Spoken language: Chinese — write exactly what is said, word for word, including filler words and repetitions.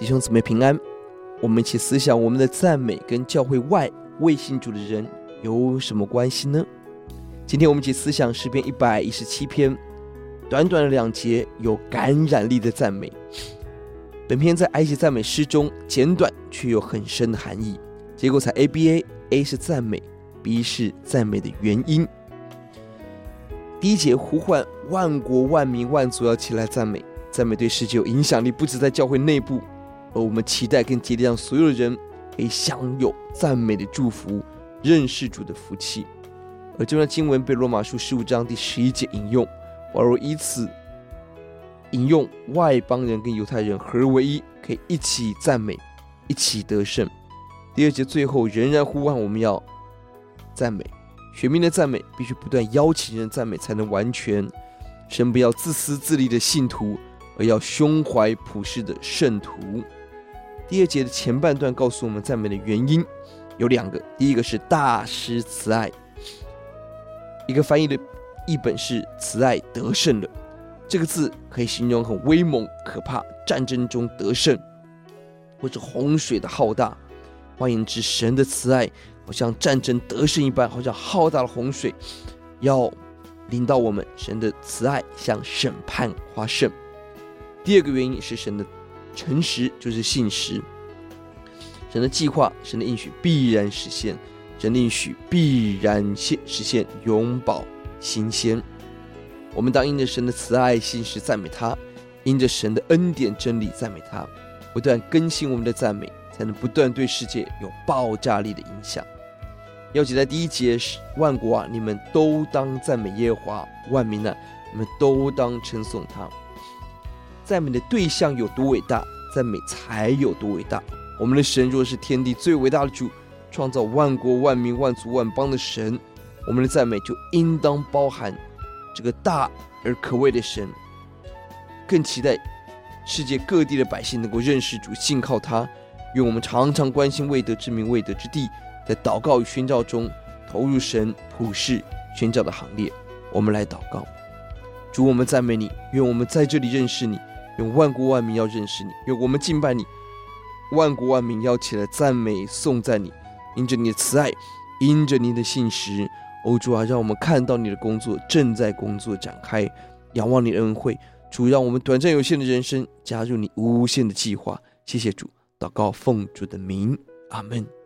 兄姊妹平安，我们一起思想我们的赞美跟教会外未信主的人有什么关系呢？今天我们一起思想诗篇一百一十七篇，短短的两节有感染力的赞美。本篇在埃及赞美诗中简短却有很深的含义。结构采 A B A，A 是赞美， B 是赞美的原因。第一节呼唤万国万民万族要起来赞美，赞美对世界有影响力，不只在教会内部，而我们期待跟竭力让所有的人可以享有赞美的祝福，认识主的福气。而这段经文被罗马书十五章第十一节引用，保罗以此引用外邦人跟犹太人合而为一，可以一起赞美，一起得胜。第二节最后仍然呼唤我们要赞美，全民的赞美必须不断邀请人赞美才能完全。神不要自私自利的信徒，而要胸怀普世的圣徒。第二节的前半段告诉我们赞美的原因有两个，第一个是大施慈爱，一个翻译的译本是慈爱得胜了，这个字可以形容很威猛可怕，战争中得胜，或者洪水的浩大。换言之，神的慈爱好像战争得胜一般，好像浩大的洪水要临到我们。神的慈爱像审判花胜。第二个原因是神的诚实，就是信实。神的计划，神的应许必然实现，神的应许必然实现，永保新鲜。我们当因着神的慈爱信实赞美他，因着神的恩典真理赞美他，不断更新我们的赞美，才能不断对世界有爆炸力的影响。要记在第一节，万国啊，你们都当赞美耶和华，万民啊，你们都当称颂他。赞美的对象有多伟大，赞美才有多伟大。我们的神若是天地最伟大的主，创造万国万民万族万邦的神，我们的赞美就应当包含这个大而可畏的神。更期待世界各地的百姓能够认识主，信靠他。愿我们常常关心未得之民未得之地，在祷告与宣教中投入神普世宣教的行列。我们来祷告。主，我们赞美你，愿我们在这里认识你，愿万国万民要认识你，愿我们敬拜你，万国万民要起来赞美颂赞你。因着你的慈爱，因着你的信实，哦主啊，让我们看到你的工作正在工作展开，仰望你的恩惠。主，让我们短暂有限的人生加入你无限的计划。谢谢主，祷告奉主的名，阿们。